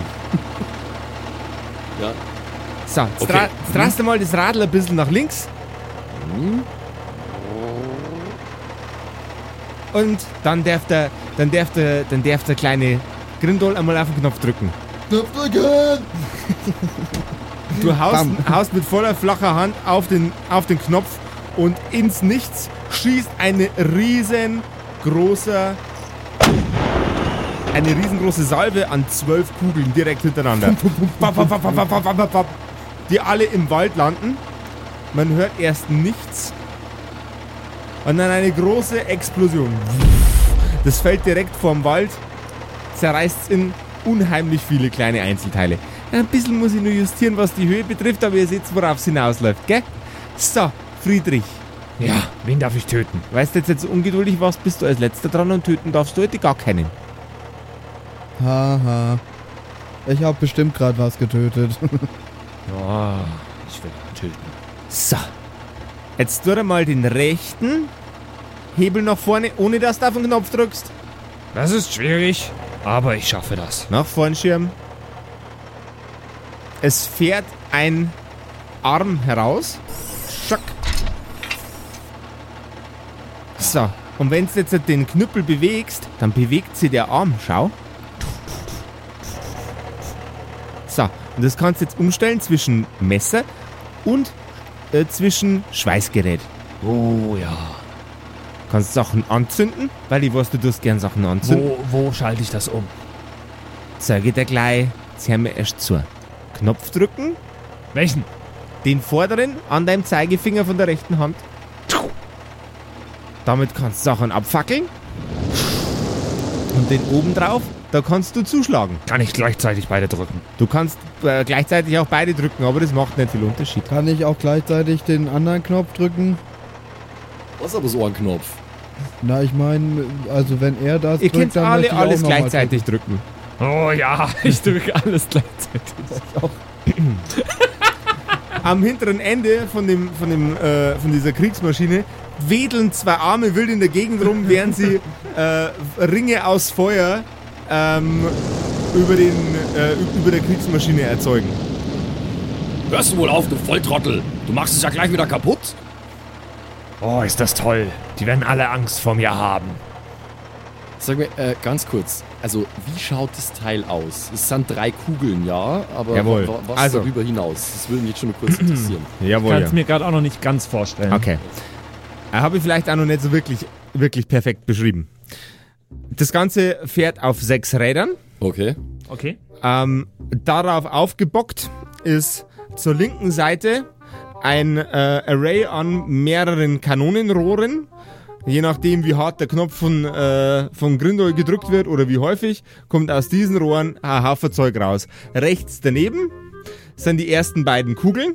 Ja. So, jetzt, Okay. jetzt drehst du mal das Radl ein bisschen nach links. Und dann darf der kleine Grindol einmal auf den Knopf drücken. Knopf drücken! Du Bam. haust mit voller flacher Hand auf den Knopf und ins Nichts schießt eine riesengroße Salve an 12 Kugeln direkt hintereinander. Bap, bap, bap, bap, bap, bap, bap, bap. Die alle im Wald landen. Man hört erst nichts. Und dann eine große Explosion. Das fällt direkt vorm Wald, zerreißt es in unheimlich viele kleine Einzelteile. Ein bisschen muss ich nur justieren, was die Höhe betrifft, aber ihr seht, worauf es hinausläuft, gell? So, Friedrich, Ja, wen darf ich töten? weißt du jetzt so ungeduldig warst, bist du als Letzter dran und töten darfst du heute gar keinen. Haha. Ich hab bestimmt gerade was getötet. Oh, ich will ihn töten. So, jetzt tu dir mal den rechten Hebel nach vorne, ohne dass du auf den Knopf drückst. Das ist schwierig, aber ich schaffe das. Nach vorn schirm. Es fährt ein Arm heraus. Schack. So, und wenn du jetzt den Knüppel bewegst, dann bewegt sich der Arm, schau. So, und das kannst du jetzt umstellen zwischen Messer und zwischen Schweißgerät. Oh ja. Kannst Sachen anzünden, weil ich weiß, du tust gern Sachen anzünden. Wo schalte ich das um? Zeig ich dir gleich. Jetzt hör mir erst zu. Knopf drücken, Welchen? den vorderen an deinem Zeigefinger von der rechten Hand. Damit kannst du Sachen abfackeln. Und den oben drauf, da kannst du zuschlagen. Kann ich gleichzeitig beide drücken? Du kannst gleichzeitig auch beide drücken, aber das macht nicht viel Unterschied. Kann ich auch gleichzeitig den anderen Knopf drücken? Was ist aber so ein Knopf? Na, ich meine, also wenn er das Ihr drückt, könnt dann alle möchte ich auch alles noch mal gleichzeitig drücken. Oh ja, ich drücke alles gleichzeitig. Am hinteren Ende von dieser Kriegsmaschine wedeln zwei Arme wild in der Gegend rum, während sie Ringe aus Feuer über der Kriegsmaschine erzeugen. Hörst du wohl auf, du Volltrottel? Du machst es ja gleich wieder kaputt. Oh, ist das toll. Die werden alle Angst vor mir haben. Sag mir, ganz kurz, also wie schaut das Teil aus? Es sind 3 Kugeln, ja, aber Jawohl. was Also. darüber hinaus? Das würde mich jetzt schon nur kurz interessieren. Jawohl, Kann es mir gerade auch noch nicht ganz vorstellen. Okay. Habe ich vielleicht auch noch nicht so wirklich perfekt beschrieben. Das Ganze fährt auf 6 Rädern. Okay. Okay. Darauf aufgebockt ist zur linken Seite ein Array an mehreren Kanonenrohren. Je nachdem, wie hart der Knopf von Grindol gedrückt wird oder wie häufig, kommt aus diesen Rohren ein Haufen Zeug raus. Rechts daneben sind die ersten beiden Kugeln.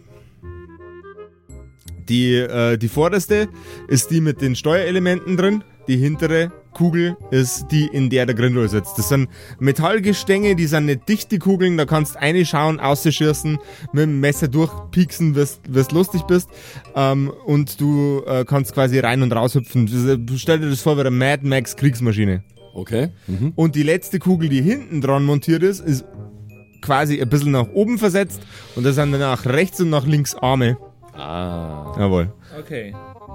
Die vorderste ist die mit den Steuerelementen drin. Die hintere Kugel ist die, in der Grindol sitzt. Das sind Metallgestänge, die sind nicht dicht, die Kugeln. Da kannst eine schauen, ausschießen, mit dem Messer durchpieksen, wirst lustig bist. Und du kannst quasi rein und raus hüpfen. Stell dir das vor wie eine Mad Max Kriegsmaschine. Okay. Mhm. Und die letzte Kugel, die hinten dran montiert ist quasi ein bisschen nach oben versetzt. Und da sind dann nach rechts und nach links Arme. Ah. Jawohl. Okay.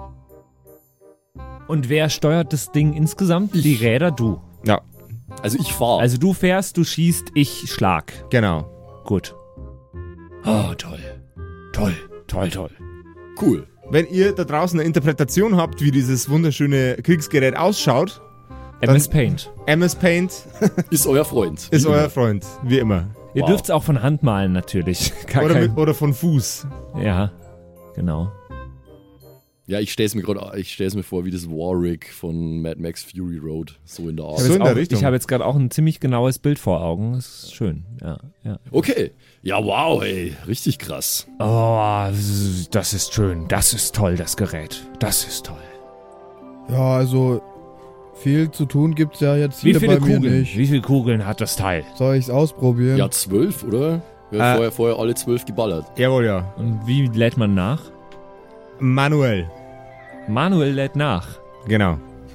Und wer steuert das Ding insgesamt? Die Räder, du. Ja, Also ich fahre. Also du fährst, du schießt, ich schlag. genau. Gut. Oh, toll. Toll, toll, toll. Cool. Wenn ihr da draußen eine Interpretation habt, wie dieses wunderschöne Kriegsgerät ausschaut, MS Paint. MS Paint Ist euer Freund. ist euer Freund, wie immer. Ihr Wow. dürft es auch von Hand malen, natürlich. Oder von Fuß. Ja, genau. Ja, ich stell's mir vor, wie das Warwick von Mad Max Fury Road. So in der Art. So in der Richtung. Ich habe jetzt gerade auch ein ziemlich genaues Bild vor Augen. Das ist schön. Ja, ja. Okay. Ja, wow, ey. Richtig krass. Oh, das ist schön. Das ist toll, das Gerät. Das ist toll. Ja, also viel zu tun gibt's ja jetzt Wie hier viele bei mir Kugeln? nicht. Wie viele Kugeln hat das Teil? Soll ich's ausprobieren? Ja, 12, oder? Wir haben vorher alle 12 geballert. Jawohl, ja. Und wie lädt man nach? Manuell. Manuel lädt nach. Genau.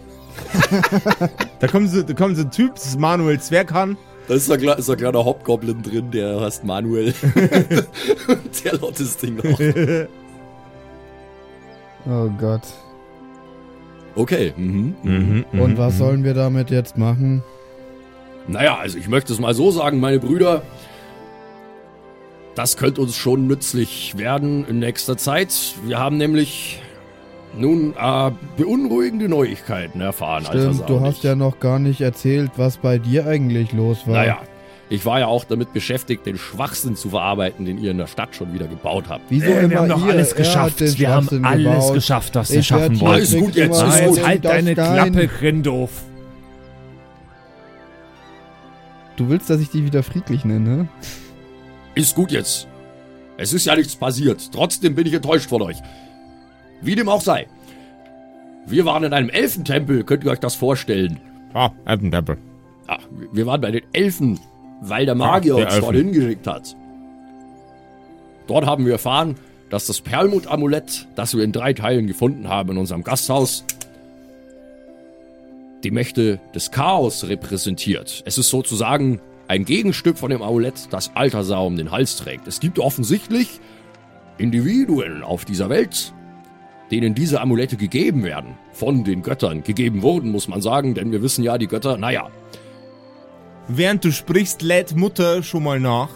da kommt so ein Typ, das ist Manuel Zwerghahn. Da ist ein kleiner Hobgoblin drin, der heißt Manuel. Der laut das Ding noch. Oh Gott. Okay. Mhm. Und was sollen wir damit jetzt machen? Naja, also ich möchte es mal so sagen, meine Brüder. Das könnte uns schon nützlich werden in nächster Zeit. Wir haben nämlich nun beunruhigende Neuigkeiten erfahren. Stimmt, du hast ja noch gar nicht erzählt, was bei dir eigentlich los war. Naja, ich war ja auch damit beschäftigt, den Schwachsinn zu verarbeiten, den ihr in der Stadt schon wieder gebaut habt. Wieso immer wir haben doch ihr? alles Er hat geschafft. den Wir haben Schwachsinn alles gebaut. geschafft, was wir Ich werd schaffen hier wollten. Alles gut jetzt, immer ist Ah, gut. jetzt halt das deine Stein. Klappe, Grindoof. Du willst, dass ich dich wieder friedlich nenne? Ist gut jetzt. Es ist ja nichts passiert. Trotzdem bin ich enttäuscht von euch. Wie dem auch sei. Wir waren in einem Elfentempel, könnt ihr euch das vorstellen? Ah, Elfentempel. Ja, wir waren bei den Elfen, weil der Magier der uns Elfen. dorthin geschickt hat. Dort haben wir erfahren, dass das Perlmutt-Amulett, das wir in 3 Teilen gefunden haben in unserem Gasthaus, die Mächte des Chaos repräsentiert. Es ist sozusagen ein Gegenstück von dem Amulett, das Altasar um den Hals trägt. Es gibt offensichtlich Individuen auf dieser Welt, denen diese Amulette gegeben werden. Von den Göttern gegeben wurden, muss man sagen, denn wir wissen ja, die Götter, naja. Während du sprichst, lädt Mutter schon mal nach.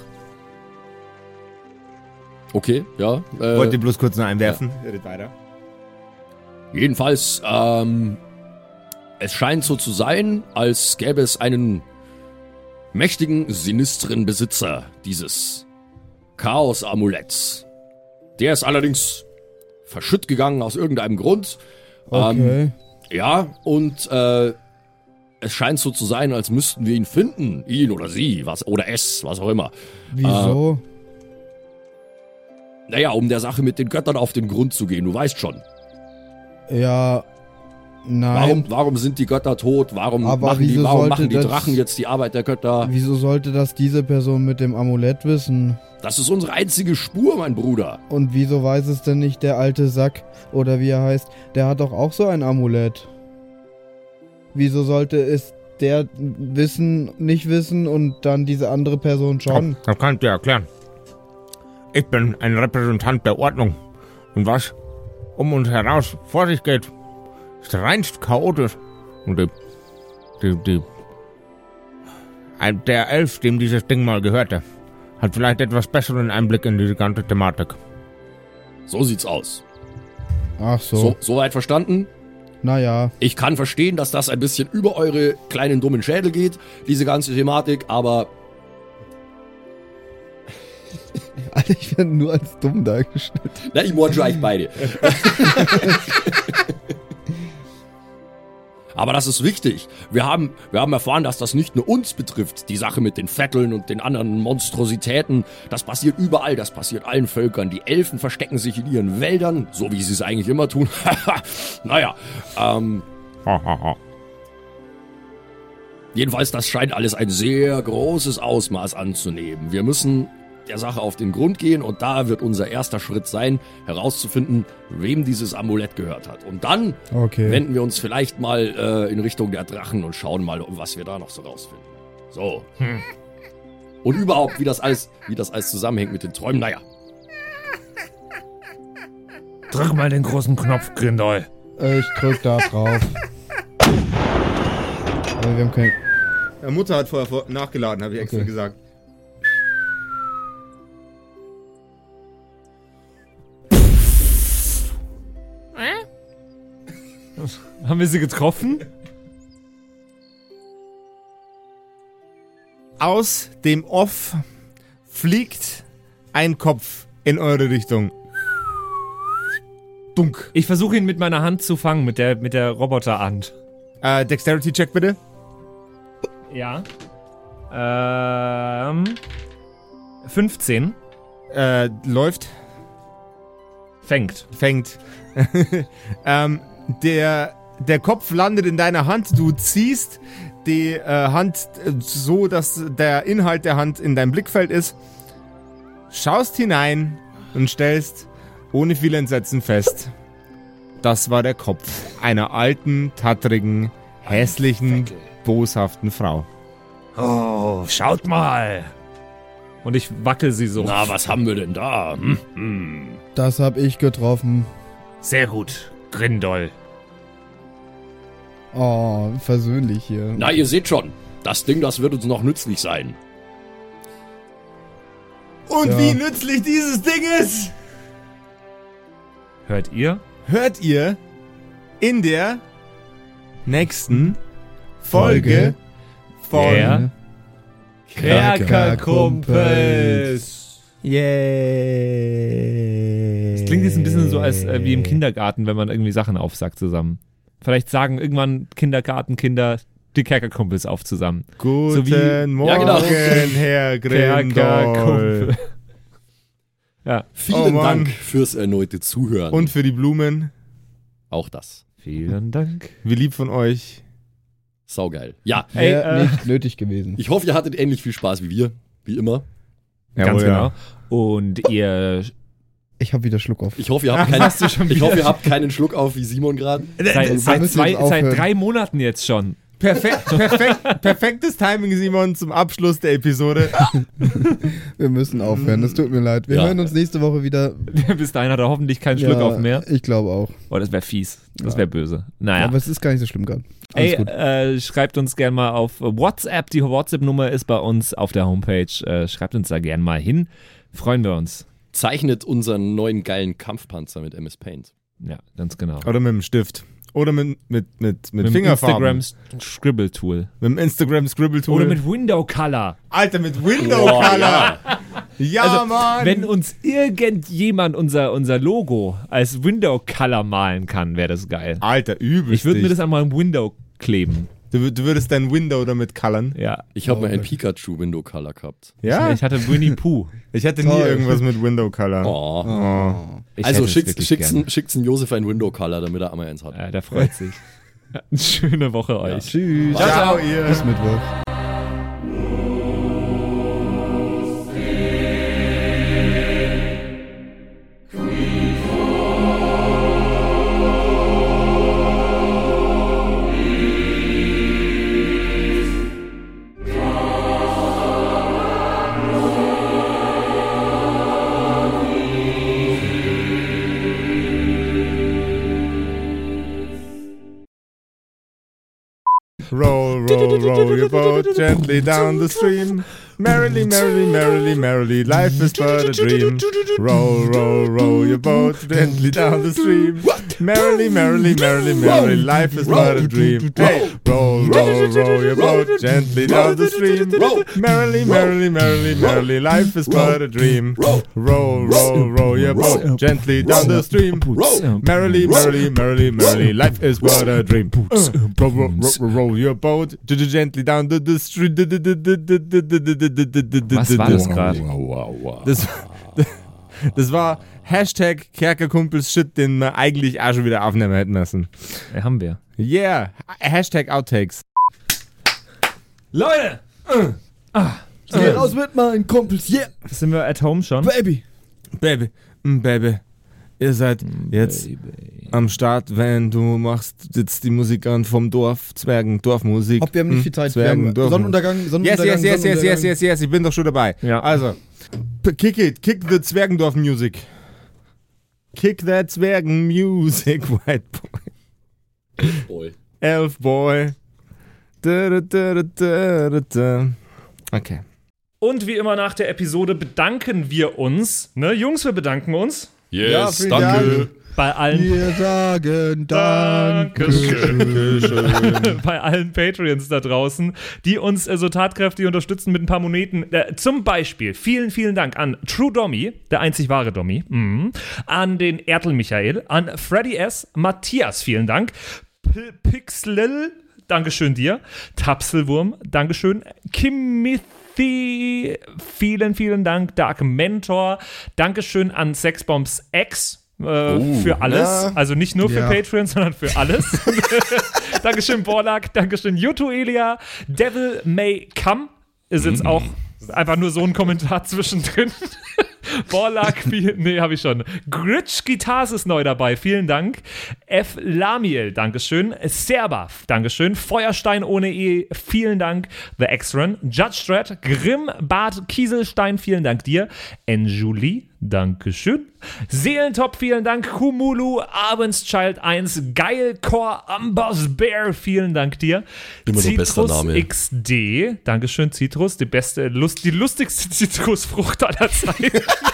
Okay, ja. Wollte bloß kurz noch einwerfen. Redet weiter. Jedenfalls, es scheint so zu sein, als gäbe es einen mächtigen, sinistren Besitzer dieses Chaos-Amuletts. Der ist allerdings verschütt gegangen aus irgendeinem Grund. Okay. Ja, und es scheint so zu sein, als müssten wir ihn finden. Ihn oder sie, was auch immer. Wieso? Naja, um der Sache mit den Göttern auf den Grund zu gehen, du weißt schon. Ja, nein. Warum sind die Götter tot? Warum Aber machen die wieso sollte das- Drachen jetzt die Arbeit der Götter? Wieso sollte das diese Person mit dem Amulett wissen? Das ist unsere einzige Spur, mein Bruder. Und wieso weiß es denn nicht der alte Sack oder wie er heißt? Der hat doch auch so ein Amulett. Wieso sollte es der nicht wissen und dann diese andere Person schon? Das kann ich dir erklären. Ich bin ein Repräsentant der Ordnung. Und was um uns heraus vor sich geht, ist reinst chaotisch. Und der Elf, dem dieses Ding mal gehörte, hat vielleicht etwas besseren Einblick in diese ganze Thematik. So sieht's aus. Ach so. Soweit verstanden? Naja. Ich kann verstehen, dass das ein bisschen über eure kleinen dummen Schädel geht, diese ganze Thematik, aber Alter, ich werde nur als dumm dargestellt. na, ich mordsche euch beide. Aber das ist wichtig. Wir haben erfahren, dass das nicht nur uns betrifft, die Sache mit den Vetteln und den anderen Monstrositäten. Das passiert überall, das passiert allen Völkern. Die Elfen verstecken sich in ihren Wäldern, so wie sie es eigentlich immer tun. Naja, jedenfalls, das scheint alles ein sehr großes Ausmaß anzunehmen. Wir müssen der Sache auf den Grund gehen und da wird unser erster Schritt sein, herauszufinden, wem dieses Amulett gehört hat. Und dann wenden wir uns vielleicht mal in Richtung der Drachen und schauen mal, was wir da noch so rausfinden. So. Und überhaupt, wie das alles zusammenhängt mit den Träumen, naja. Drück mal den großen Knopf, Grindol. Ich drück da drauf. Aber wir haben kein... Ja, Mutter hat vorher nachgeladen, habe ich extra gesagt. Haben wir sie getroffen? Aus dem Off fliegt ein Kopf in eure Richtung. Dunk. Ich versuche ihn mit meiner Hand zu fangen, mit der Roboterhand. Dexterity-Check bitte. Ja. 15. Läuft. Fängt. Der Kopf landet in deiner Hand, du ziehst die Hand so, dass der Inhalt der Hand in deinem Blickfeld ist, schaust hinein und stellst ohne viel Entsetzen fest, das war der Kopf einer alten, tattrigen, hässlichen, boshaften Frau. Oh, schaut mal. Und ich wackel sie so. Na, was haben wir denn da? Das hab ich getroffen. Sehr gut, Grindol. Oh, versöhnlich hier. Na, ihr seht schon, das Ding, das wird uns noch nützlich sein. Und Ja. wie nützlich dieses Ding ist, Hört ihr? hört ihr in der nächsten Folge von Der Kerkerkumpels. Yay. Das klingt jetzt ein bisschen so, als wie im Kindergarten, wenn man irgendwie Sachen aufsagt zusammen. Vielleicht sagen irgendwann Kindergartenkinder die Kerkerkumpels auf zusammen. Guten So wie- Morgen, Ja, genau. Herr Grindol. Kerkerkumpel. Ja, Vielen Oh, Mann. Dank fürs erneute Zuhören. Und für die Blumen. auch das. vielen Dank. Wie lieb von euch. Saugeil. Ja, Ey, Wäre nicht nötig gewesen. ich hoffe, ihr hattet ähnlich viel Spaß wie wir. Wie immer. Ganz Jawohl, genau. Und ihr Ich hab wieder Schluck auf. Ich hoffe, ihr habt, keinen Schluck auf wie Simon gerade. seit müssen jetzt aufhören. 3 Monaten jetzt schon. Perfektes Timing, Simon, zum Abschluss der Episode. Wir müssen aufhören, das tut mir leid. Wir Ja. hören uns nächste Woche wieder. Bis dahin hat er hoffentlich keinen Schluck auf mehr. Ich glaube auch. Oh, das wäre fies. Das wäre böse. Naja. Aber es ist gar nicht so schlimm gerade. Alles gut. Schreibt uns gerne mal auf WhatsApp. Die WhatsApp-Nummer ist bei uns auf der Homepage. Schreibt uns da gerne mal hin. Freuen wir uns. Zeichnet unseren neuen geilen Kampfpanzer mit MS Paint. Ja, ganz genau. Oder mit dem Stift. Oder mit Fingerfarben. Instagram Scribble Tool. Mit dem Instagram Scribble Tool. Oder mit Window Color. Alter, mit Window Color. Ja, Also, Mann. wenn uns irgendjemand unser Logo als Window Color malen kann, wäre das geil. Alter, übelst. Ich würde mir das einmal im Window kleben. Du würdest dein Window damit coloren? Ja. Ich habe mal ein Pikachu-Window-Color gehabt. Ja? Ich hatte Winnie Pooh. Ich hatte nie Toll. irgendwas mit Window Color. Oh. Ich Also hätte es wirklich gerne. schickt's Josef ein Window-Color, damit er einmal eins hat. Ja, der freut sich. Eine schöne Woche euch. Tschüss. Ciao, ihr. Bis Mittwoch. Roll, roll, roll your boat gently down the stream. Merrily, merrily, merrily, merrily, life is but a dream. Roll, roll, roll your boat gently down the stream. Merrily, merrily, merrily, merrily, life is but a dream. Hey, roll, roll, roll your boat gently down the stream. Merrily, merrily, merrily, merrily, life is but a dream. Roll, roll, roll your boat gently down the stream. Merrily, merrily, merrily, merrily, life is but a dream. Roll, roll, roll, roll your boat gently down the stream. Was war das gerade? Das war Hashtag Kerkerkumpels Shit, den wir eigentlich auch schon wieder aufnehmen hätten müssen. Ja, haben wir. Yeah, Hashtag Outtakes. Leute! Geh raus mit meinen Kumpels, yeah, Sind wir at home schon? baby. Baby, Baby, ihr seid jetzt am Start, wenn du machst jetzt die Musik an vom Dorf, Zwergen, Dorfmusik. Hopp, wir haben nicht viel Zeit. Wir Zwergen, haben Dorf- Sonnenuntergang. Yes, ich bin doch schon dabei. Ja. Also, kick the Zwergendorf-Music. Kick that Zwergen-Music, White Boy. Boy. Elf Boy. Okay. Und wie immer nach der Episode bedanken wir uns. Ne, Jungs, wir bedanken uns. Yes, vielen danke. Bei allen, Wir sagen Dankeschön. bei allen Patreons da draußen, die uns so tatkräftig unterstützen mit ein paar Moneten. Zum Beispiel vielen, vielen Dank an True Dommy, der einzig wahre Dommy, an den Ertel Michael, an Freddy S., Matthias, vielen Dank, Pixlil, Dankeschön dir, Tapselwurm, Dankeschön, Kimothy, vielen, vielen Dank, Dark Mentor, Dankeschön an Sexbombs X, für alles, ja. also nicht nur für Ja. Patreon, sondern für alles. Dankeschön Borlak, Dankeschön Yuto Elia, Devil May Come ist jetzt auch einfach nur so ein Kommentar zwischendrin. Borlak, habe ich schon. Gritsch Guitars ist neu dabei, vielen Dank. F. Lamiel, Dankeschön. Serba, Dankeschön. Feuerstein ohne E, vielen Dank. The X-Run, Judge Dredd, Grimm, Bart Kieselstein, vielen Dank dir. Enjulie, Dankeschön. Seelentop, vielen Dank. Kumulu, Abendschild 1, Geilcore, Amboss Bear, vielen Dank dir. Immer noch bester Citrus Name. XD, Dankeschön, Citrus, die lustigste Zitrusfrucht aller Zeiten.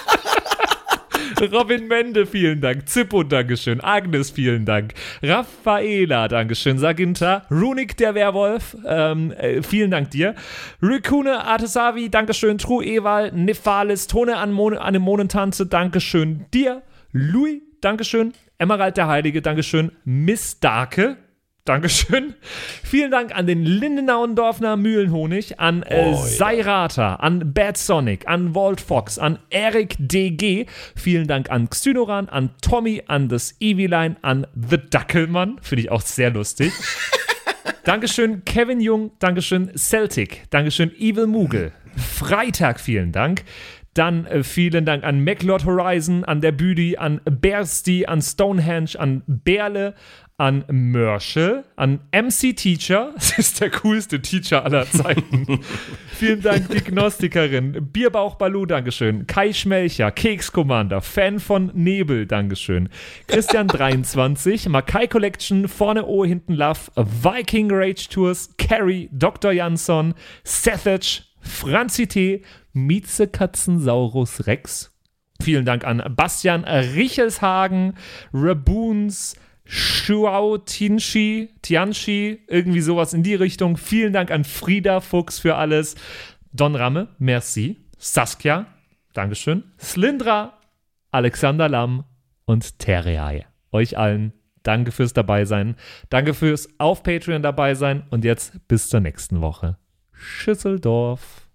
Robin Mende, vielen Dank. Zippo, Dankeschön. Agnes, vielen Dank. Raffaela, Dankeschön. Saginta. Runik, der Werwolf, vielen Dank dir. Rikune, Artesavi, Dankeschön. True Ewal, Nephalis, Tone Anemonentanze, Dankeschön dir. Louis, Dankeschön. Emerald, der Heilige, Dankeschön. Miss Darke, Dankeschön. Vielen Dank an den Lindenauendorfner Mühlenhonig, an Seirata, an Bad Sonic, an Walt Fox, an Eric DG. Vielen Dank an Xynoran, an Tommy, an das Eviline, an The Dackelmann. Finde ich auch sehr lustig. Dankeschön Kevin Jung, Dankeschön Celtic, Dankeschön Evil Moogle. Freitag, vielen Dank. Dann vielen Dank an MacLord Horizon, an der Büdi, an Bersti, an Stonehenge, an Berle, an Mörschel, an MC Teacher, das ist der coolste Teacher aller Zeiten. Vielen Dank, die Gnostikerin, Bierbauch Balu, Dankeschön, Kai Schmelcher, Keks Commander, Fan von Nebel, Dankeschön, Christian 23, Makai Collection, vorne O, hinten Love, Viking Rage Tours, Carrie, Dr. Jansson, Sethage, Franzi T., Mieze Katzensaurus Rex. Vielen Dank an Bastian Richelshagen, Raboons, Shuao Tianchi, irgendwie sowas in die Richtung. Vielen Dank an Frieda Fuchs für alles. Don Ramme, merci. Saskia, Dankeschön. Slindra, Alexander Lamm und Terreai. Euch allen danke fürs Dabeisein. Danke fürs auf Patreon dabei sein. Und jetzt bis zur nächsten Woche. Schüsseldorf.